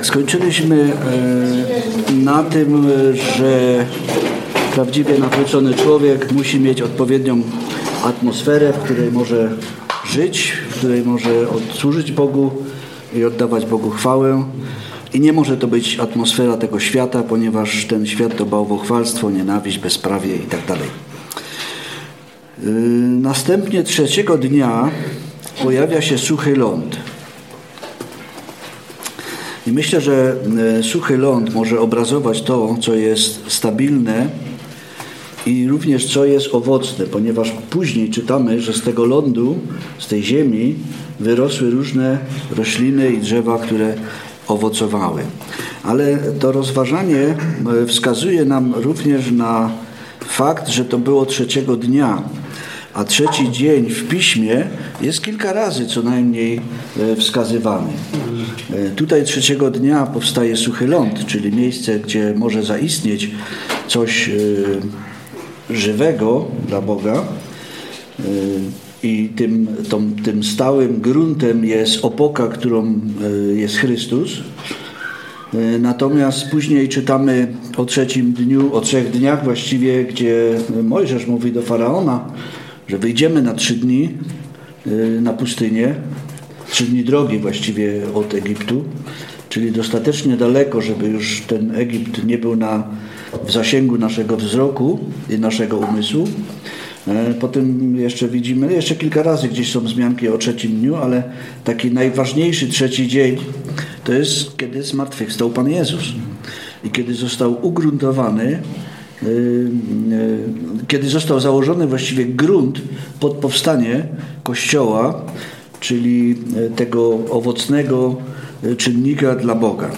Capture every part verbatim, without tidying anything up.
Tak, skończyliśmy na tym, że prawdziwie nawrócony człowiek musi mieć odpowiednią atmosferę, w której może żyć, w której może odsłużyć Bogu i oddawać Bogu chwałę. I nie może to być atmosfera tego świata, ponieważ ten świat to bałwochwalstwo, nienawiść, bezprawie i tak dalej. Następnie trzeciego dnia pojawia się suchy ląd. I myślę, że suchy ląd może obrazować to, co jest stabilne i również co jest owocne, ponieważ później czytamy, że z tego lądu, z tej ziemi wyrosły różne rośliny i drzewa, które owocowały. Ale to rozważanie wskazuje nam również na fakt, że to było trzeciego dnia, a trzeci dzień w Piśmie jest kilka razy co najmniej wskazywany. Tutaj trzeciego dnia powstaje suchy ląd, czyli miejsce, gdzie może zaistnieć coś żywego dla Boga i tym, tą, tym stałym gruntem jest opoka, którą jest Chrystus. Natomiast później czytamy o trzecim dniu, o trzech dniach właściwie, gdzie Mojżesz mówi do Faraona, że wyjdziemy na trzy dni na pustynię, trzy dni drogi właściwie od Egiptu, czyli dostatecznie daleko, żeby już ten Egipt nie był na, w zasięgu naszego wzroku i naszego umysłu. Potem jeszcze widzimy, jeszcze kilka razy gdzieś są wzmianki o trzecim dniu, ale taki najważniejszy trzeci dzień to jest, kiedy zmartwychwstał Pan Jezus i kiedy został ugruntowany, kiedy został założony właściwie grunt pod powstanie Kościoła, czyli tego owocnego czynnika dla Boga.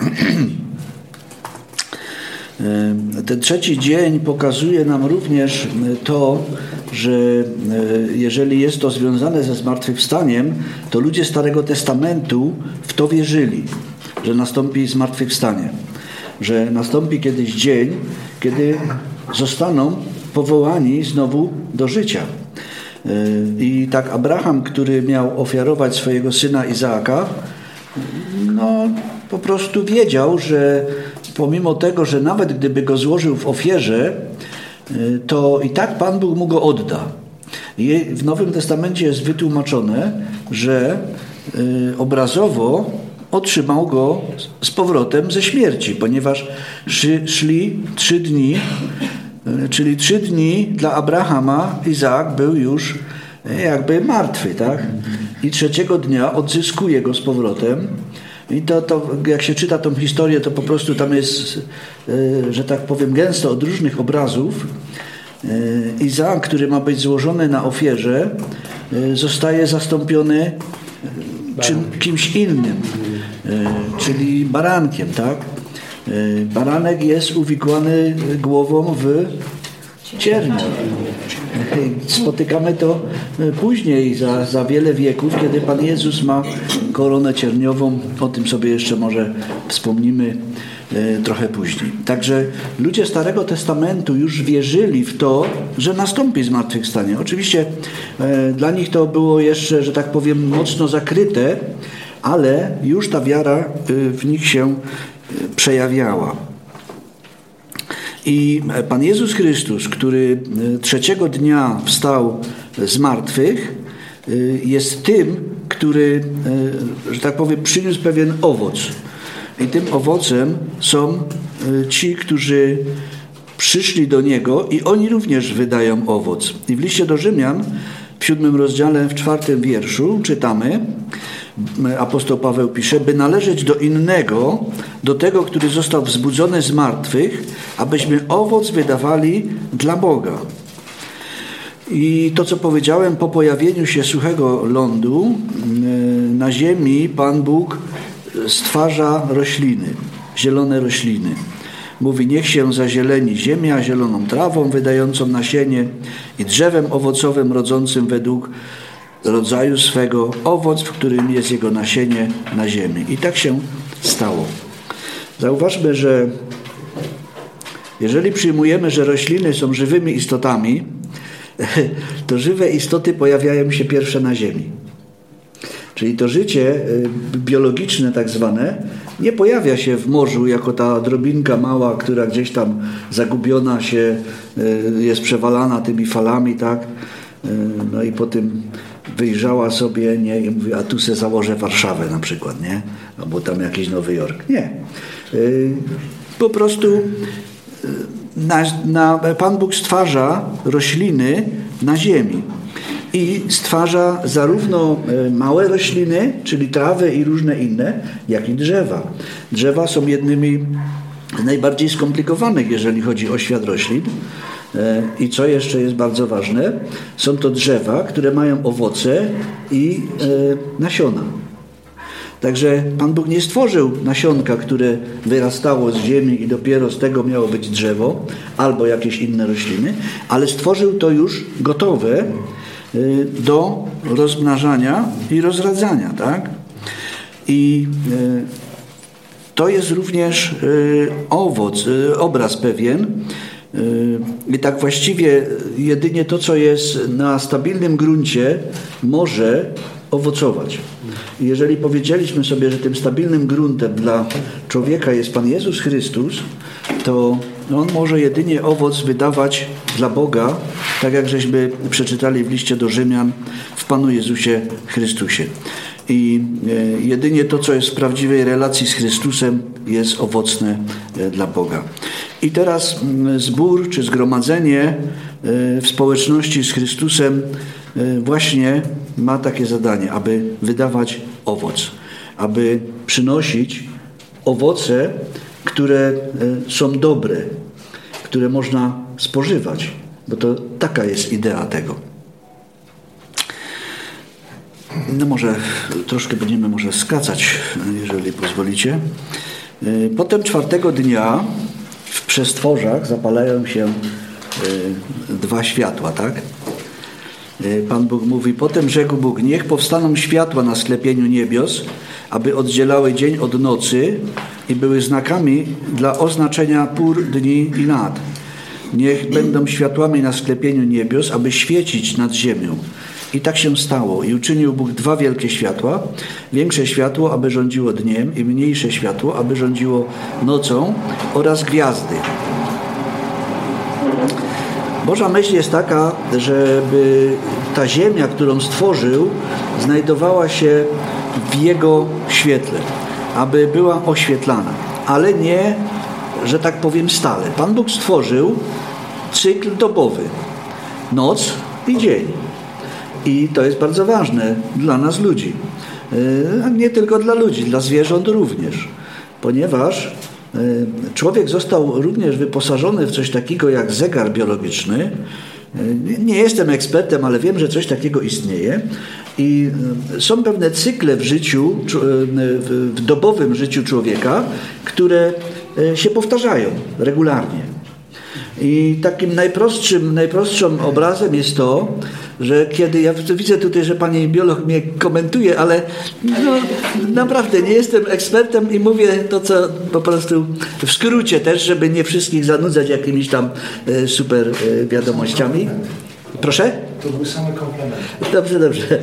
Ten trzeci dzień pokazuje nam również to, że jeżeli jest to związane ze zmartwychwstaniem, to ludzie Starego Testamentu w to wierzyli, że nastąpi zmartwychwstanie, że nastąpi kiedyś dzień, kiedy zostaną powołani znowu do życia. I tak Abraham, który miał ofiarować swojego syna Izaaka, no po prostu wiedział, że pomimo tego, że nawet gdyby go złożył w ofierze, to i tak Pan Bóg mu go odda. I w Nowym Testamencie jest wytłumaczone, że obrazowo otrzymał go z powrotem ze śmierci, ponieważ szli trzy dni, czyli trzy dni dla Abrahama Izaak był już jakby martwy, tak? I trzeciego dnia odzyskuje go z powrotem. I to, to jak się czyta tą historię, to po prostu tam jest, że tak powiem, gęsto od różnych obrazów. Izaak, który ma być złożony na ofierze, zostaje zastąpiony czym, kimś innym, czyli barankiem, tak? Baranek jest uwikłany głową w ciernię. Spotykamy to później, za, za wiele wieków, kiedy Pan Jezus ma koronę cierniową. O tym sobie jeszcze może wspomnimy trochę później. Także ludzie Starego Testamentu już wierzyli w to, że nastąpi zmartwychwstanie. Oczywiście dla nich to było jeszcze, że tak powiem, mocno zakryte, ale już ta wiara w nich się przejawiała. I Pan Jezus Chrystus, który trzeciego dnia wstał z martwych, jest tym, który, że tak powiem, przyniósł pewien owoc. I tym owocem są ci, którzy przyszli do Niego i oni również wydają owoc. I w liście do Rzymian w siódmym rozdziale, w czwartym wierszu czytamy, apostoł Paweł pisze, by należeć do innego, do tego, który został wzbudzony z martwych, abyśmy owoc wydawali dla Boga. I to, co powiedziałem, po pojawieniu się suchego lądu na ziemi Pan Bóg stwarza rośliny, zielone rośliny. Mówi, niech się zazieleni ziemia zieloną trawą wydającą nasienie i drzewem owocowym rodzącym według rodzaju swego, owoc, w którym jest jego nasienie na ziemi. I tak się stało. Zauważmy, że jeżeli przyjmujemy, że rośliny są żywymi istotami, to żywe istoty pojawiają się pierwsze na ziemi. Czyli to życie biologiczne tak zwane nie pojawia się w morzu jako ta drobinka mała, która gdzieś tam zagubiona się, jest przewalana tymi falami, tak? No i potem wyjrzała sobie, nie, i mówi, a tu se założę Warszawę na przykład, nie? Albo tam jakiś Nowy Jork. Nie. Po prostu na, na, Pan Bóg stwarza rośliny na ziemi. I stwarza zarówno małe rośliny, czyli trawę i różne inne, jak i drzewa. Drzewa są jednymi z najbardziej skomplikowanych, jeżeli chodzi o świat roślin. I co jeszcze jest bardzo ważne, są to drzewa, które mają owoce i nasiona. Także Pan Bóg nie stworzył nasionka, które wyrastało z ziemi i dopiero z tego miało być drzewo albo jakieś inne rośliny, ale stworzył to już gotowe do rozmnażania i rozradzania, tak? I to jest również owoc, obraz pewien. I tak właściwie jedynie to, co jest na stabilnym gruncie, może owocować. I jeżeli powiedzieliśmy sobie, że tym stabilnym gruntem dla człowieka jest Pan Jezus Chrystus, to On może jedynie owoc wydawać dla Boga, tak jak żeśmy przeczytali w liście do Rzymian, w Panu Jezusie Chrystusie. I jedynie to, co jest w prawdziwej relacji z Chrystusem, jest owocne dla Boga. I teraz zbór czy zgromadzenie w społeczności z Chrystusem właśnie ma takie zadanie, aby wydawać owoc, aby przynosić owoce, które są dobre, które można spożywać, bo to taka jest idea tego. No może troszkę będziemy może skracać, jeżeli pozwolicie. Potem czwartego dnia w przestworzach zapalają się dwa światła, tak? Pan Bóg mówi, potem rzekł Bóg, niech powstaną światła na sklepieniu niebios, aby oddzielały dzień od nocy i były znakami dla oznaczenia pór, dni i lat. Niech będą światłami na sklepieniu niebios, aby świecić nad ziemią. I tak się stało. I uczynił Bóg dwa wielkie światła. Większe światło, aby rządziło dniem, i mniejsze światło, aby rządziło nocą, oraz gwiazdy. Boża myśl jest taka, żeby ta ziemia, którą stworzył, znajdowała się w Jego świetle, aby była oświetlana, ale nie, że tak powiem, stale. Pan Bóg stworzył cykl dobowy, noc i dzień. I to jest bardzo ważne dla nas ludzi. Nie tylko dla ludzi, dla zwierząt również. Ponieważ człowiek został również wyposażony w coś takiego jak zegar biologiczny. Nie jestem ekspertem, ale wiem, że coś takiego istnieje. I są pewne cykle w życiu, w dobowym życiu człowieka, które się powtarzają regularnie. I takim najprostszym, najprostszym obrazem jest to, że kiedy, ja widzę tutaj, że pani biolog mnie komentuje, ale no, naprawdę nie jestem ekspertem i mówię to, co po prostu w skrócie też, żeby nie wszystkich zanudzać jakimiś tam e, super e, wiadomościami. Proszę? To były same komplementy. Dobrze, dobrze.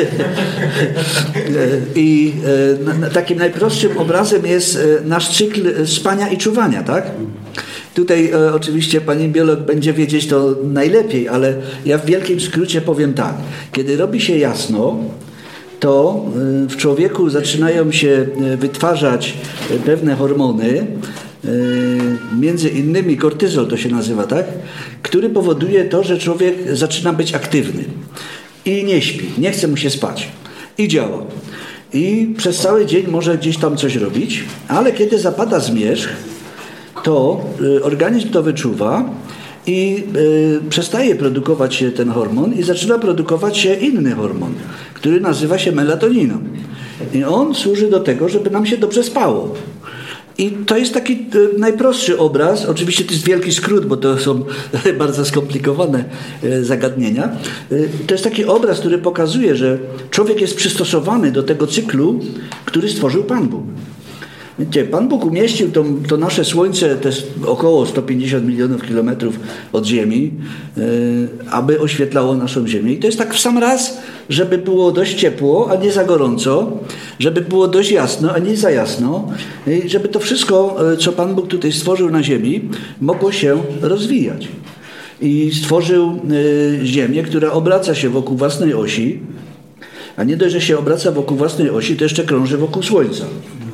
I e, takim najprostszym obrazem jest e, nasz cykl spania i czuwania, tak? Tutaj e, oczywiście pani biolog będzie wiedzieć to najlepiej, ale ja w wielkim skrócie powiem tak. Kiedy robi się jasno, to e, w człowieku zaczynają się wytwarzać pewne hormony, e, między innymi kortyzol to się nazywa, tak? Który powoduje to, że człowiek zaczyna być aktywny i nie śpi, nie chce mu się spać i działa. I przez cały dzień może gdzieś tam coś robić, ale kiedy zapada zmierzch, to organizm to wyczuwa i y, przestaje produkować się ten hormon i zaczyna produkować się inny hormon, który nazywa się melatoniną. I on służy do tego, żeby nam się dobrze spało. I to jest taki y, najprostszy obraz, oczywiście to jest wielki skrót, bo to są bardzo skomplikowane y, zagadnienia. Y, to jest taki obraz, który pokazuje, że człowiek jest przystosowany do tego cyklu, który stworzył Pan Bóg. Wiecie, Pan Bóg umieścił to, to nasze Słońce, to jest około sto pięćdziesiąt milionów kilometrów od Ziemi, yy, aby oświetlało naszą Ziemię. I to jest tak w sam raz, żeby było dość ciepło, a nie za gorąco, żeby było dość jasno, a nie za jasno, i żeby to wszystko, co Pan Bóg tutaj stworzył na Ziemi, mogło się rozwijać. I stworzył yy, Ziemię, która obraca się wokół własnej osi, a nie dość, że się obraca wokół własnej osi, to jeszcze krąży wokół Słońca.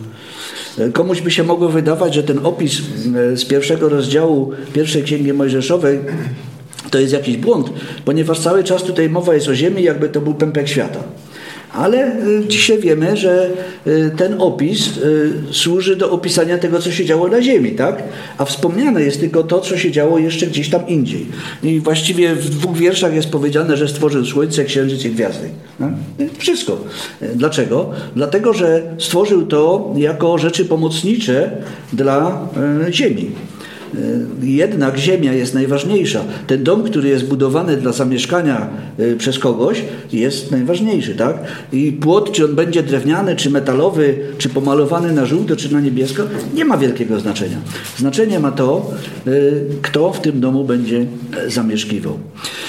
Komuś by się mogło wydawać, że ten opis z pierwszego rozdziału pierwszej Księgi Mojżeszowej to jest jakiś błąd, ponieważ cały czas tutaj mowa jest o Ziemi, jakby to był pępek świata. Ale dzisiaj wiemy, że ten opis służy do opisania tego, co się działo na Ziemi, tak? A wspomniane jest tylko to, co się działo jeszcze gdzieś tam indziej. I właściwie w dwóch wierszach jest powiedziane, że stworzył Słońce, Księżyc i gwiazdy. No? Wszystko. Dlaczego? Dlatego, że stworzył to jako rzeczy pomocnicze dla Ziemi. Jednak ziemia jest najważniejsza. Ten dom, który jest budowany dla zamieszkania przez kogoś, jest najważniejszy, tak? I płot, czy on będzie drewniany, czy metalowy, czy pomalowany na żółto, czy na niebiesko, nie ma wielkiego znaczenia. Znaczenie ma to, kto w tym domu będzie zamieszkiwał.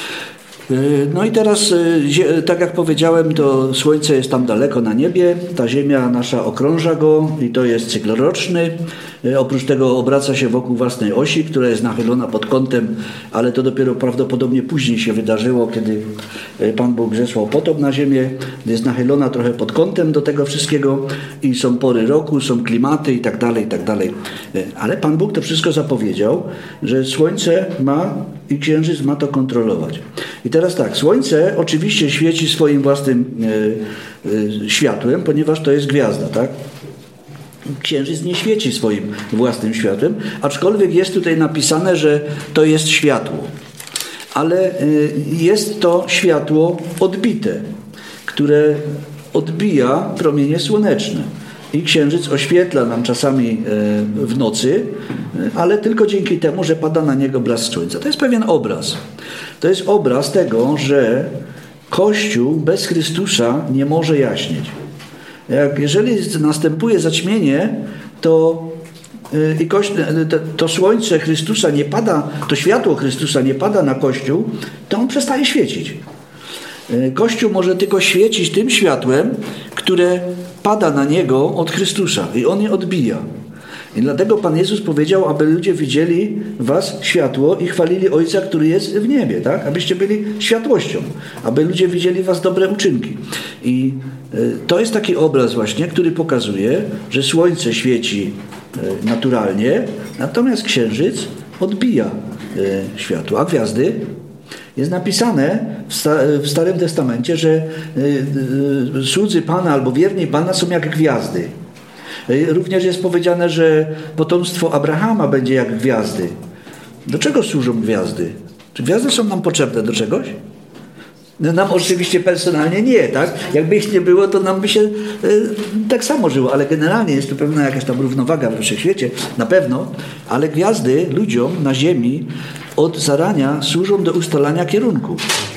No i teraz, tak jak powiedziałem, to Słońce jest tam daleko na niebie, ta Ziemia nasza okrąża go i to jest cykl roczny. Oprócz tego obraca się wokół własnej osi, która jest nachylona pod kątem, ale to dopiero prawdopodobnie później się wydarzyło, kiedy Pan Bóg zesłał potop na ziemię. Jest nachylona trochę pod kątem do tego wszystkiego i są pory roku, są klimaty i tak dalej, i tak dalej. Ale Pan Bóg to wszystko zapowiedział, że Słońce ma i Księżyc ma to kontrolować. I teraz tak, Słońce oczywiście świeci swoim własnym e, e, światłem, ponieważ to jest gwiazda, tak? Księżyc nie świeci swoim własnym światłem, aczkolwiek jest tutaj napisane, że to jest światło. Ale jest to światło odbite, które odbija promienie słoneczne. I Księżyc oświetla nam czasami w nocy, ale tylko dzięki temu, że pada na niego blask słońca. To jest pewien obraz. To jest obraz tego, że Kościół bez Chrystusa nie może jaśnieć. Jak jeżeli następuje zaćmienie, to, yy, kości, to, to słońce Chrystusa nie pada, to światło Chrystusa nie pada na Kościół, to on przestaje świecić. Yy, Kościół może tylko świecić tym światłem, które pada na niego od Chrystusa i on je odbija. I dlatego Pan Jezus powiedział, aby ludzie widzieli was światło i chwalili Ojca, który jest w niebie, tak? Abyście byli światłością, aby ludzie widzieli was dobre uczynki. I to jest taki obraz właśnie, który pokazuje, że słońce świeci naturalnie, natomiast Księżyc odbija światło, a gwiazdy. Jest napisane w Starym Testamencie, że słudzy Pana albo wierni Pana są jak gwiazdy. Również jest powiedziane, że potomstwo Abrahama będzie jak gwiazdy. Do czego służą gwiazdy? Czy gwiazdy są nam potrzebne do czegoś? No nam oczywiście personalnie nie, tak? Jakby ich nie było, to nam by się y, tak samo żyło, ale generalnie jest to pewna jakaś tam równowaga w wszechświecie, na pewno, ale gwiazdy ludziom na ziemi od zarania służą do ustalania kierunku.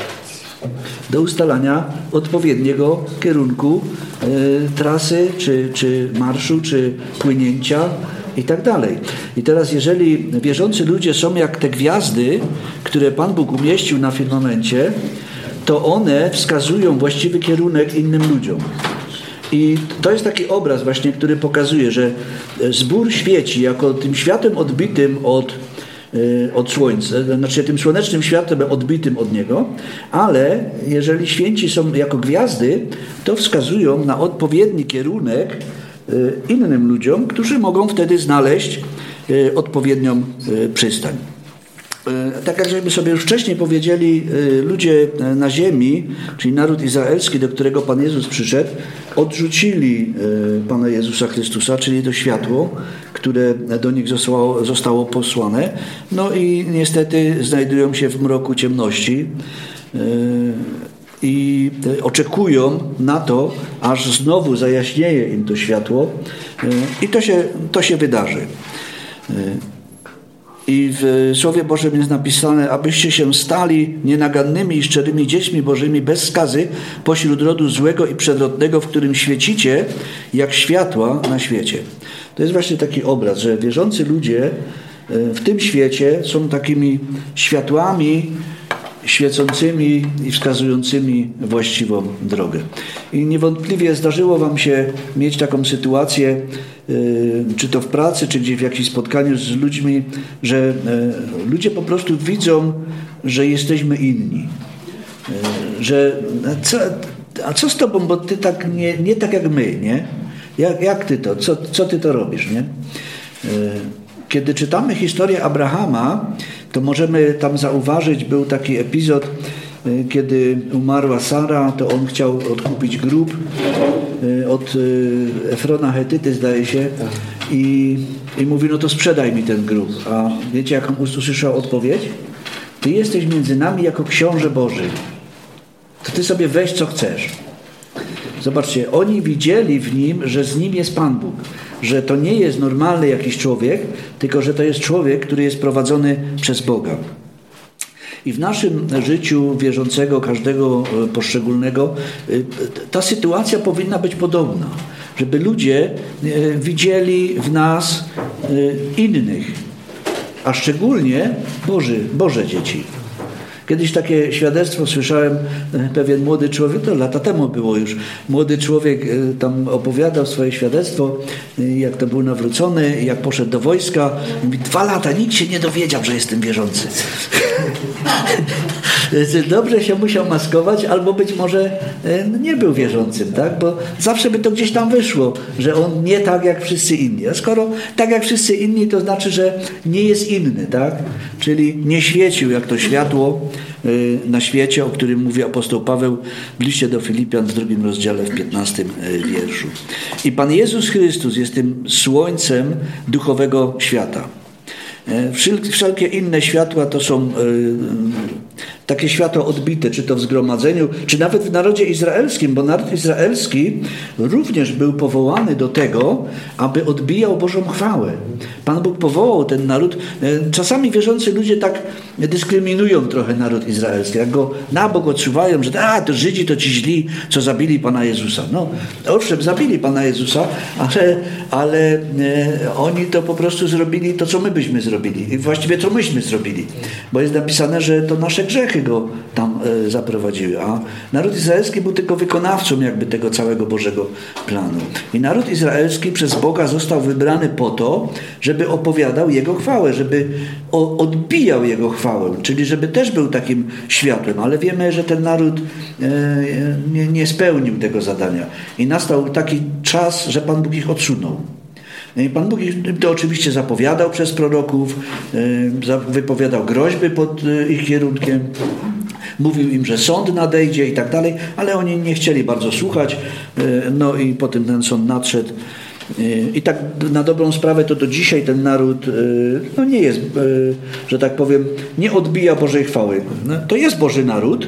Do ustalania odpowiedniego kierunku y, trasy, czy, czy marszu, czy płynięcia i tak dalej. I teraz jeżeli wierzący ludzie są jak te gwiazdy, które Pan Bóg umieścił na firmamencie, to one wskazują właściwy kierunek innym ludziom. I to jest taki obraz właśnie, który pokazuje, że zbór świeci jako tym światem odbitym od od słońca, znaczy tym słonecznym światem odbitym od niego, ale jeżeli święci są jako gwiazdy, to wskazują na odpowiedni kierunek innym ludziom, którzy mogą wtedy znaleźć odpowiednią przystań. Tak jak żeśmy sobie już wcześniej powiedzieli, ludzie na ziemi, czyli naród izraelski, do którego Pan Jezus przyszedł, odrzucili Pana Jezusa Chrystusa, czyli to światło, które do nich zostało, zostało posłane. No i niestety znajdują się w mroku ciemności i oczekują na to, aż znowu zajaśnieje im to światło i to się, to się wydarzy. I w Słowie Bożym jest napisane, abyście się stali nienagannymi i szczerymi dziećmi Bożymi bez skazy pośród rodu złego i przewrotnego, w którym świecicie jak światła na świecie. To jest właśnie taki obraz, że wierzący ludzie w tym świecie są takimi światłami świecącymi i wskazującymi właściwą drogę. I niewątpliwie zdarzyło wam się mieć taką sytuację, czy to w pracy, czy gdzieś w jakimś spotkaniu z ludźmi, że ludzie po prostu widzą, że jesteśmy inni. Że co, a co z tobą, bo ty tak nie, nie tak jak my, nie? Jak, jak ty to? Co, co ty to robisz, nie? Kiedy czytamy historię Abrahama, to możemy tam zauważyć, był taki epizod, kiedy umarła Sara, to on chciał odkupić grób od Efrona Hetyty, zdaje się, i, i mówi, no to sprzedaj mi ten grób. A wiecie, jaką usłyszał odpowiedź? Ty jesteś między nami jako książę Boży. To ty sobie weź co chcesz. Zobaczcie, oni widzieli w nim, że z nim jest Pan Bóg. Że to nie jest normalny jakiś człowiek, tylko że to jest człowiek, który jest prowadzony przez Boga. I w naszym życiu wierzącego, każdego poszczególnego, ta sytuacja powinna być podobna. Żeby ludzie widzieli w nas innych, a szczególnie Boży, Boże dzieci. Kiedyś takie świadectwo słyszałem, pewien młody człowiek, to lata temu było już, młody człowiek tam opowiadał swoje świadectwo, jak to był nawrócony, jak poszedł do wojska. Mówi, dwa lata nikt się nie dowiedział, że jestem wierzący. Dobrze się musiał maskować, albo być może nie był wierzącym, tak? Bo zawsze by to gdzieś tam wyszło, że on nie tak jak wszyscy inni. A skoro tak jak wszyscy inni, to znaczy, że nie jest inny, tak? Czyli nie świecił jak to światło na świecie, o którym mówi apostoł Paweł w liście do Filipian w drugim rozdziale, w piętnastym wierszu. I Pan Jezus Chrystus jest tym słońcem duchowego świata. Wszelkie inne światła to są takie światła odbite, czy to w zgromadzeniu, czy nawet w narodzie izraelskim, bo naród izraelski również był powołany do tego, aby odbijał Bożą chwałę. Pan Bóg powołał ten naród. Czasami wierzący ludzie tak dyskryminują trochę naród izraelski, jak go na bok odsuwają, że a, to Żydzi to ci źli, co zabili Pana Jezusa. No, owszem, zabili Pana Jezusa, ale, ale e, oni to po prostu zrobili to, co my byśmy zrobili. I właściwie co myśmy zrobili. Bo jest napisane, że to nasze grzechy go tam e, zaprowadziły. A naród izraelski był tylko wykonawcą jakby tego całego Bożego planu. I naród izraelski przez Boga został wybrany po to, żeby opowiadał Jego chwałę, żeby o, odbijał Jego chwałę, czyli żeby też był takim światłem. Ale wiemy, że ten naród e, nie, nie spełnił tego zadania. I nastał taki czas, że Pan Bóg ich odsunął. I Pan Bóg to oczywiście zapowiadał przez proroków, wypowiadał groźby pod ich kierunkiem, mówił im, że sąd nadejdzie i tak dalej, ale oni nie chcieli bardzo słuchać, no i potem ten sąd nadszedł. I tak na dobrą sprawę to do dzisiaj ten naród no nie jest, że tak powiem, nie odbija Bożej chwały. No, to jest Boży naród.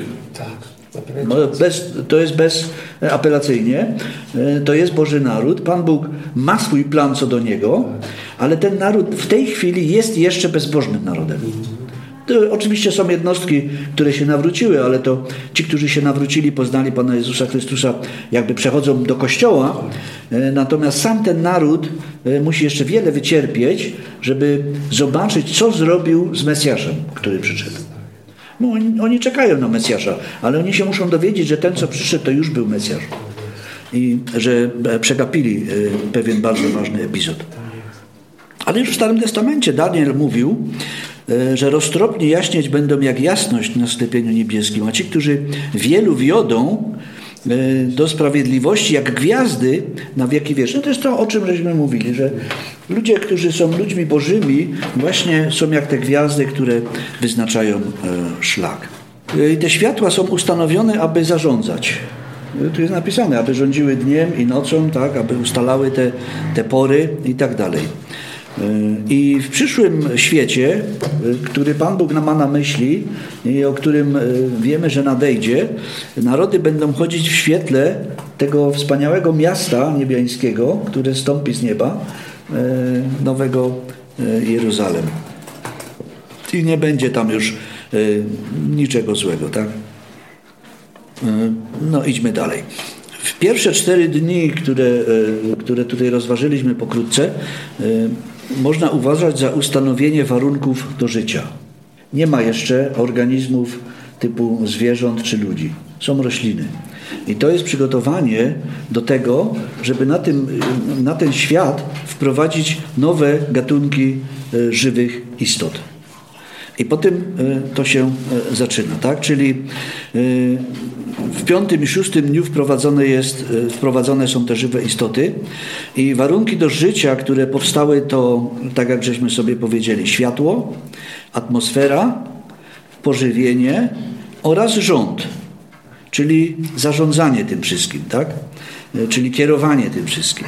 No, bez, to jest bezapelacyjnie, to jest Boży naród. Pan Bóg ma swój plan co do niego, ale ten naród w tej chwili jest jeszcze bezbożnym narodem. To oczywiście są jednostki, które się nawróciły, ale to ci, którzy się nawrócili, poznali Pana Jezusa Chrystusa, jakby przechodzą do Kościoła. Natomiast sam ten naród musi jeszcze wiele wycierpieć, żeby zobaczyć, co zrobił z Mesjaszem, który przyszedł. No, oni, oni czekają na Mesjasza, ale oni się muszą dowiedzieć, że ten, co przyszedł, to już był Mesjasz. I że przegapili pewien bardzo ważny epizod. Ale już w Starym Testamencie Daniel mówił, że roztropnie jaśnieć będą jak jasność na sklepieniu niebieskim, a ci, którzy wielu wiodą do sprawiedliwości jak gwiazdy na wieki wieczne. To jest to, o czym żeśmy mówili, że ludzie, którzy są ludźmi bożymi, właśnie są jak te gwiazdy, które wyznaczają szlak. I te światła są ustanowione, aby zarządzać. Tu jest napisane, aby rządziły dniem i nocą, tak, aby ustalały te, te pory i tak dalej. I w przyszłym świecie, który Pan Bóg ma na myśli i o którym wiemy, że nadejdzie, narody będą chodzić w świetle tego wspaniałego miasta niebiańskiego, które stąpi z nieba, nowego Jeruzalem. i nie będzie tam już y, niczego złego, tak? Y, no idźmy dalej. W pierwsze cztery dni, które, y, które tutaj rozważyliśmy pokrótce, y, można uważać za ustanowienie warunków do życia. Nie ma jeszcze organizmów typu zwierząt czy ludzi. Są rośliny. I to jest przygotowanie do tego, żeby na, tym, na ten świat wprowadzić nowe gatunki żywych istot. I po tym to się zaczyna, tak? Czyli w piątym i szóstym dniu wprowadzone, jest, wprowadzone są te żywe istoty i warunki do życia, które powstały, to, tak jak żeśmy sobie powiedzieli, światło, atmosfera, pożywienie oraz rząd, czyli zarządzanie tym wszystkim, tak? Czyli kierowanie tym wszystkim.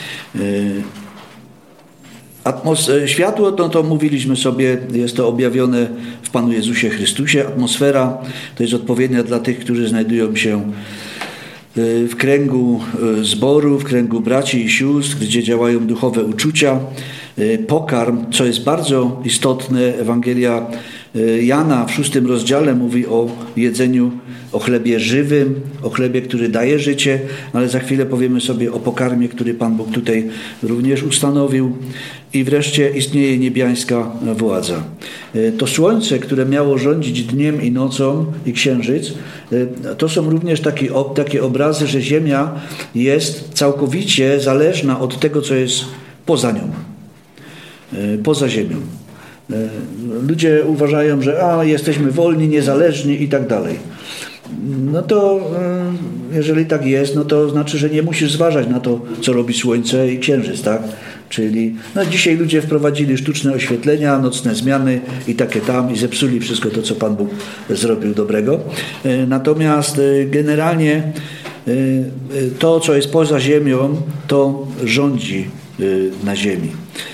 Atmos- światło, no to mówiliśmy sobie, jest to objawione w Panu Jezusie Chrystusie. Atmosfera to jest odpowiednia dla tych, którzy znajdują się w kręgu zboru, w kręgu braci i sióstr, gdzie działają duchowe uczucia. Pokarm, co jest bardzo istotne, Ewangelia Jana w szóstym rozdziale mówi o jedzeniu, o chlebie żywym, o chlebie, który daje życie, ale za chwilę powiemy sobie o pokarmie, który Pan Bóg tutaj również ustanowił. I wreszcie istnieje niebiańska władza. To słońce, które miało rządzić dniem i nocą i księżyc, to są również takie, takie obrazy, że Ziemia jest całkowicie zależna od tego, co jest poza nią, poza Ziemią. Ludzie uważają, że a, jesteśmy wolni, niezależni i tak dalej. No to jeżeli tak jest, no to znaczy, że nie musisz zważać na to, co robi słońce i księżyc, tak? Czyli no dzisiaj ludzie wprowadzili sztuczne oświetlenia, nocne zmiany i takie tam i zepsuli wszystko to, co Pan Bóg zrobił dobrego. Natomiast generalnie to, co jest poza ziemią, to rządzi na ziemi.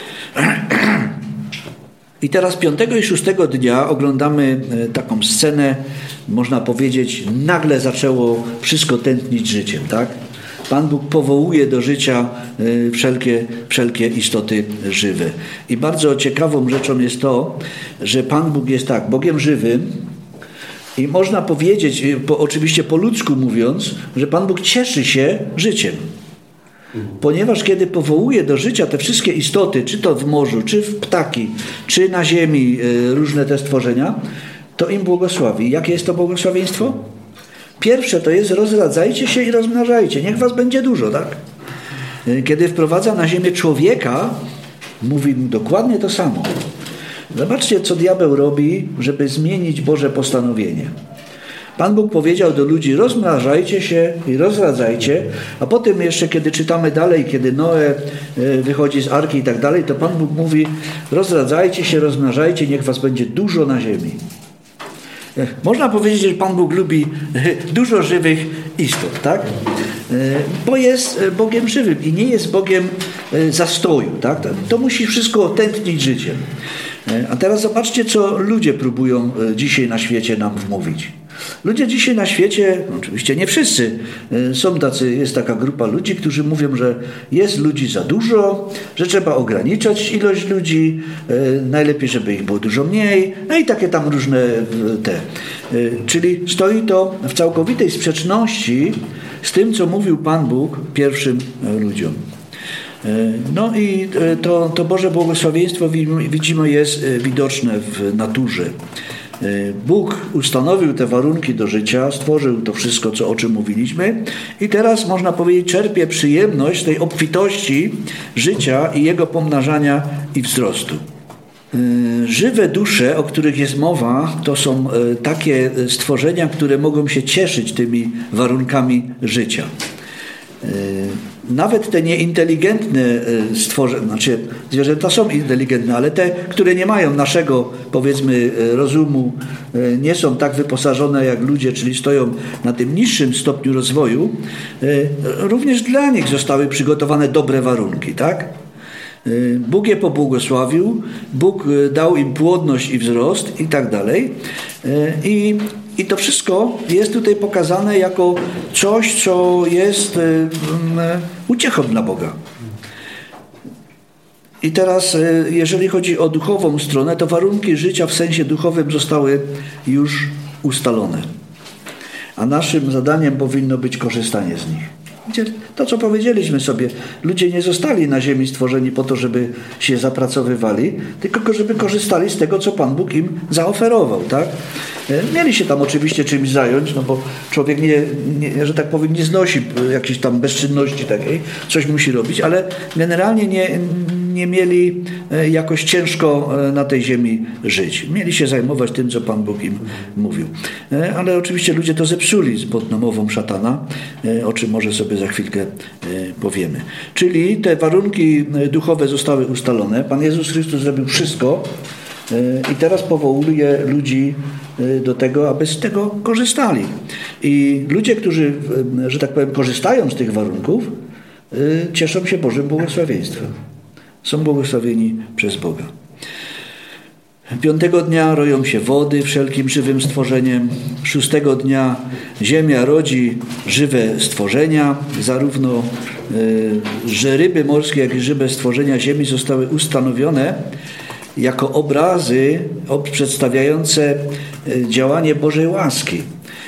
I teraz piątego i szóstego dnia oglądamy taką scenę, można powiedzieć, nagle zaczęło wszystko tętnić życiem, tak? Pan Bóg powołuje do życia wszelkie, wszelkie istoty żywe. I bardzo ciekawą rzeczą jest to, że Pan Bóg jest tak, Bogiem żywym i można powiedzieć, po, oczywiście po ludzku mówiąc, że Pan Bóg cieszy się życiem. Ponieważ kiedy powołuje do życia te wszystkie istoty, czy to w morzu, czy w ptaki, czy na ziemi, różne te stworzenia, to im błogosławi. Jakie jest to błogosławieństwo? Pierwsze to jest rozradzajcie się i rozmnażajcie. Niech was będzie dużo, tak? Kiedy wprowadza na ziemię człowieka, mówi mu dokładnie to samo. Zobaczcie, co diabeł robi, żeby zmienić Boże postanowienie. Pan Bóg powiedział do ludzi, rozmnażajcie się i rozradzajcie, a potem jeszcze, kiedy czytamy dalej, kiedy Noe wychodzi z arki i tak dalej, to Pan Bóg mówi, rozradzajcie się, rozmnażajcie, niech was będzie dużo na ziemi. Można powiedzieć, że Pan Bóg lubi dużo żywych istot, tak? Bo jest Bogiem żywym i nie jest Bogiem zastoju, tak? To musi wszystko tętnić życiem. A teraz zobaczcie, co ludzie próbują dzisiaj na świecie nam wmówić. Ludzie dzisiaj na świecie, oczywiście nie wszyscy, są tacy, jest taka grupa ludzi, którzy mówią, że jest ludzi za dużo, że trzeba ograniczać ilość ludzi, najlepiej, żeby ich było dużo mniej, no i takie tam różne te. Czyli stoi to w całkowitej sprzeczności z tym, co mówił Pan Bóg pierwszym ludziom. No i to, to Boże błogosławieństwo widzimy jest widoczne w naturze. Bóg ustanowił te warunki do życia, stworzył to wszystko, co, o czym mówiliśmy i teraz można powiedzieć czerpie przyjemność z tej obfitości życia i jego pomnażania i wzrostu. Żywe dusze, o których jest mowa, to są takie stworzenia, które mogą się cieszyć tymi warunkami życia. Nawet te nieinteligentne stworzenia, znaczy zwierzęta są inteligentne, ale te, które nie mają naszego, powiedzmy, rozumu, nie są tak wyposażone jak ludzie, czyli stoją na tym niższym stopniu rozwoju, również dla nich zostały przygotowane dobre warunki, tak? Bóg je pobłogosławił, Bóg dał im płodność i wzrost i tak dalej. I I to wszystko jest tutaj pokazane jako coś, co jest uciechą dla Boga. I teraz, jeżeli chodzi o duchową stronę, to warunki życia w sensie duchowym zostały już ustalone. A naszym zadaniem powinno być korzystanie z nich. To, co powiedzieliśmy sobie, ludzie nie zostali na ziemi stworzeni po to, żeby się zapracowywali, tylko żeby korzystali z tego, co Pan Bóg im zaoferował, tak? Mieli się tam oczywiście czymś zająć, no bo człowiek nie, nie, że tak powiem, nie znosi jakiejś tam bezczynności takiej, coś musi robić, ale generalnie nie, nie mieli jakoś ciężko na tej ziemi żyć. Mieli się zajmować tym, co Pan Bóg im mówił. Ale oczywiście ludzie to zepsuli pod namową szatana, o czym może sobie za chwilkę powiemy. Czyli te warunki duchowe zostały ustalone. Pan Jezus Chrystus zrobił wszystko i teraz powołuje ludzi do tego, aby z tego korzystali. I ludzie, którzy, że tak powiem, korzystają z tych warunków, cieszą się Bożym błogosławieństwem. Są błogosławieni przez Boga. Piątego dnia roją się wody wszelkim żywym stworzeniem. Szóstego dnia ziemia rodzi żywe stworzenia. Zarówno y, że ryby morskie, jak i żywe stworzenia ziemi zostały ustanowione jako obrazy przedstawiające działanie Bożej łaski.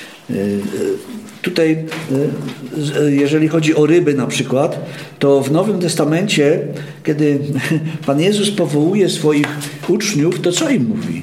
Tutaj, jeżeli chodzi o ryby na przykład, to w Nowym Testamencie, kiedy Pan Jezus powołuje swoich uczniów, to co im mówi?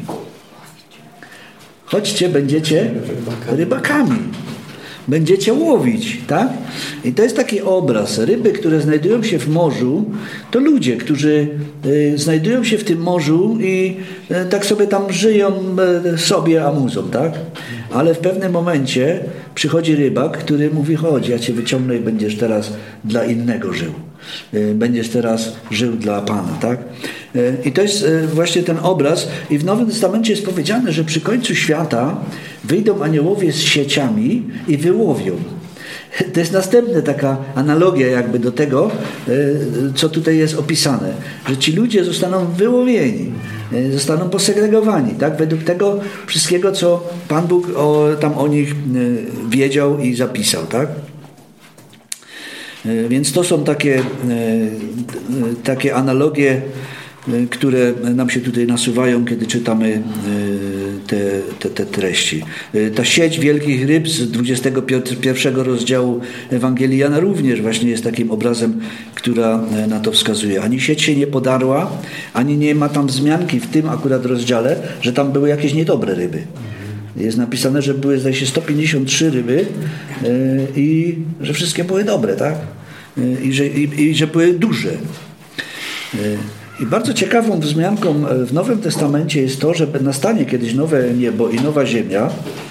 Chodźcie, będziecie rybakami. Będziecie łowić, tak? I to jest taki obraz. Ryby, które znajdują się w morzu, to ludzie, którzy y, znajdują się w tym morzu i y, tak sobie tam żyją y, sobie amuzą, tak? Ale w pewnym momencie przychodzi rybak, który mówi: chodź, ja cię wyciągnę i będziesz teraz dla innego żył. Y, będziesz teraz żył dla Pana, tak? Y, I to jest y, właśnie ten obraz. I w Nowym Testamencie jest powiedziane, że przy końcu świata wyjdą aniołowie z sieciami i wyłowią. To jest następna taka analogia jakby do tego, co tutaj jest opisane. Że ci ludzie zostaną wyłowieni, zostaną posegregowani, tak? Według tego wszystkiego, co Pan Bóg o, tam o nich wiedział i zapisał, tak? Więc to są takie, takie analogie, które nam się tutaj nasuwają, kiedy czytamy te, te, te treści. Ta sieć wielkich ryb z dwudziestego pierwszego rozdziału Ewangelii Jana również właśnie jest takim obrazem, która na to wskazuje. Ani sieć się nie podarła, ani nie ma tam wzmianki w tym akurat rozdziale, że tam były jakieś niedobre ryby. Jest napisane, że były, zdaje się, sto pięćdziesiąt trzy ryby i że wszystkie były dobre, tak? I że, i, i że były duże. I bardzo ciekawą wzmianką w Nowym Testamencie jest to, że nastanie kiedyś nowe niebo i nowa ziemia.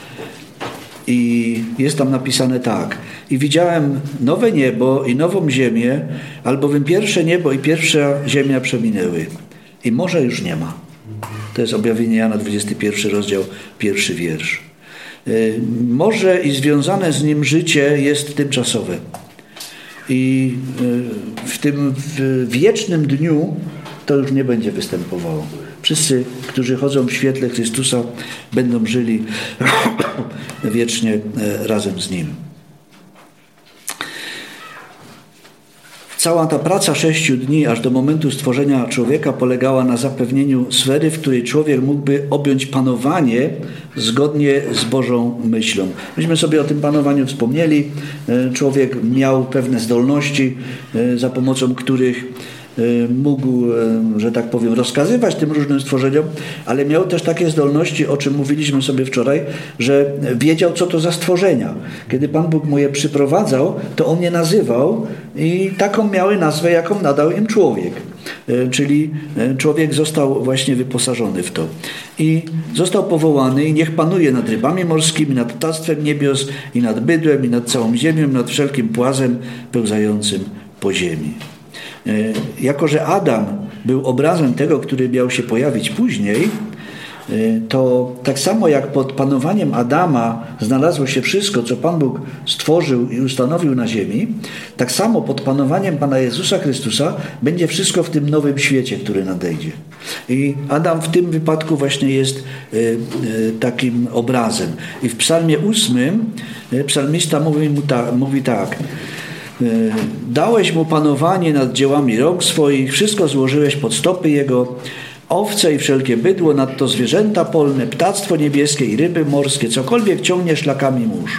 I jest tam napisane tak: i widziałem nowe niebo i nową ziemię, albowiem pierwsze niebo i pierwsza ziemia przeminęły i morza już nie ma. To jest objawienie Jana, dwudziesty pierwszy rozdział, pierwszy wiersz. Morze i związane z nim życie jest tymczasowe. I w tym wiecznym dniu to już nie będzie występowało. Wszyscy, którzy chodzą w świetle Chrystusa, będą żyli wiecznie razem z Nim. Cała ta praca sześciu dni, aż do momentu stworzenia człowieka, polegała na zapewnieniu sfery, w której człowiek mógłby objąć panowanie zgodnie z Bożą myślą. Myśmy sobie o tym panowaniu wspomnieli. Człowiek miał pewne zdolności, za pomocą których mógł, że tak powiem, rozkazywać tym różnym stworzeniom, ale miał też takie zdolności, o czym mówiliśmy sobie wczoraj, że wiedział, co to za stworzenia. Kiedy Pan Bóg mu je przyprowadzał, to on je nazywał i taką miały nazwę, jaką nadał im człowiek. Czyli człowiek został właśnie wyposażony w to. I został powołany i niech panuje nad rybami morskimi, nad ptactwem niebios i nad bydłem i nad całą ziemią, nad wszelkim płazem pełzającym po ziemi. Jako że Adam był obrazem tego, który miał się pojawić później, to tak samo jak pod panowaniem Adama znalazło się wszystko, co Pan Bóg stworzył i ustanowił na ziemi, tak samo pod panowaniem Pana Jezusa Chrystusa będzie wszystko w tym nowym świecie, który nadejdzie. I Adam w tym wypadku właśnie jest takim obrazem. I w psalmie ósmym psalmista mówi, mu ta, mówi tak: Dałeś mu panowanie nad dziełami rąk swoich, wszystko złożyłeś pod stopy jego, owce i wszelkie bydło, nadto zwierzęta polne, ptactwo niebieskie i ryby morskie, cokolwiek ciągnie szlakami mórz.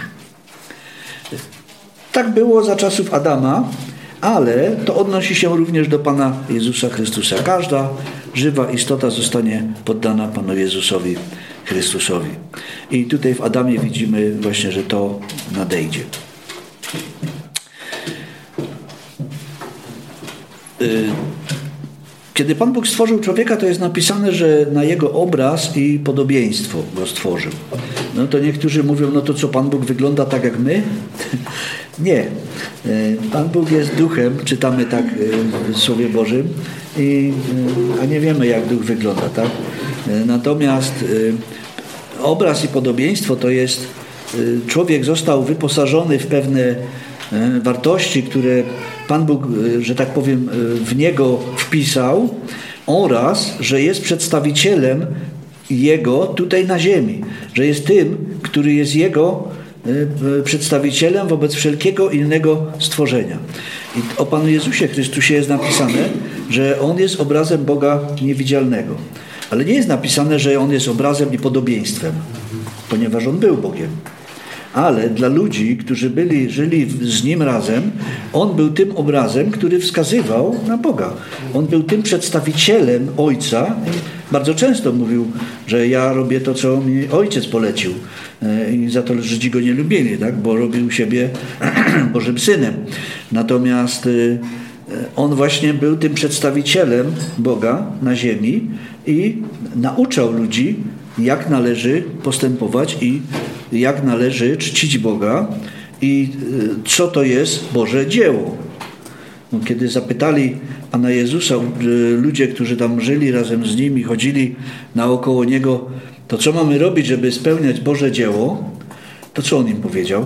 Tak było za czasów Adama, ale to odnosi się również do Pana Jezusa Chrystusa. Każda żywa istota zostanie poddana Panu Jezusowi Chrystusowi. I tutaj w Adamie widzimy właśnie, że to nadejdzie. Kiedy Pan Bóg stworzył człowieka, to jest napisane, że na jego obraz i podobieństwo go stworzył. No to niektórzy mówią, no to co, Pan Bóg wygląda tak jak my? Nie. Pan Bóg jest duchem, czytamy tak w Słowie Bożym, i, a nie wiemy, jak duch wygląda, tak? Natomiast obraz i podobieństwo to jest, człowiek został wyposażony w pewne wartości, które Pan Bóg, że tak powiem, w niego wpisał, oraz, że jest przedstawicielem Jego tutaj na ziemi, że jest tym, który jest Jego przedstawicielem wobec wszelkiego innego stworzenia. I o Panu Jezusie Chrystusie jest napisane, że On jest obrazem Boga niewidzialnego. Ale nie jest napisane, że On jest obrazem i podobieństwem, ponieważ On był Bogiem. Ale dla ludzi, którzy byli, żyli z Nim razem, On był tym obrazem, który wskazywał na Boga. On był tym przedstawicielem Ojca i bardzo często mówił, że ja robię to, co mi Ojciec polecił. I za to Żydzi Go nie lubili, tak? Bo robił siebie Bożym Synem. Natomiast On właśnie był tym przedstawicielem Boga na ziemi i nauczał ludzi, jak należy postępować i jak należy czcić Boga i co to jest Boże dzieło. No, kiedy zapytali Pana Jezusa ludzie, którzy tam żyli razem z Nim i chodzili naokoło Niego, to co mamy robić, żeby spełniać Boże dzieło, to co On im powiedział?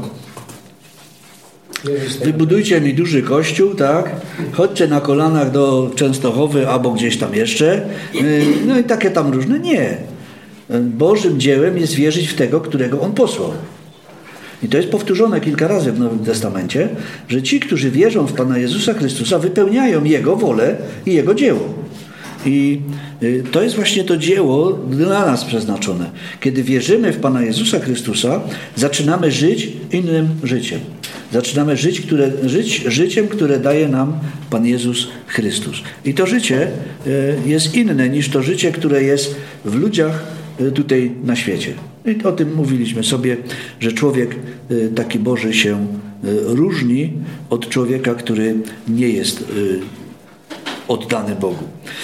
Wybudujcie mi duży kościół, tak? Chodźcie na kolanach do Częstochowy albo gdzieś tam jeszcze. No i takie tam różne. Nie. Bożym dziełem jest wierzyć w tego, którego On posłał. I to jest powtórzone kilka razy w Nowym Testamencie, że ci, którzy wierzą w Pana Jezusa Chrystusa, wypełniają Jego wolę i Jego dzieło. I to jest właśnie to dzieło dla nas przeznaczone. Kiedy wierzymy w Pana Jezusa Chrystusa, zaczynamy żyć innym życiem. Zaczynamy żyć, które, żyć życiem, które daje nam Pan Jezus Chrystus. I to życie jest inne niż to życie, które jest w ludziach tutaj na świecie. I o tym mówiliśmy sobie, że człowiek taki Boży się różni od człowieka, który nie jest oddany Bogu.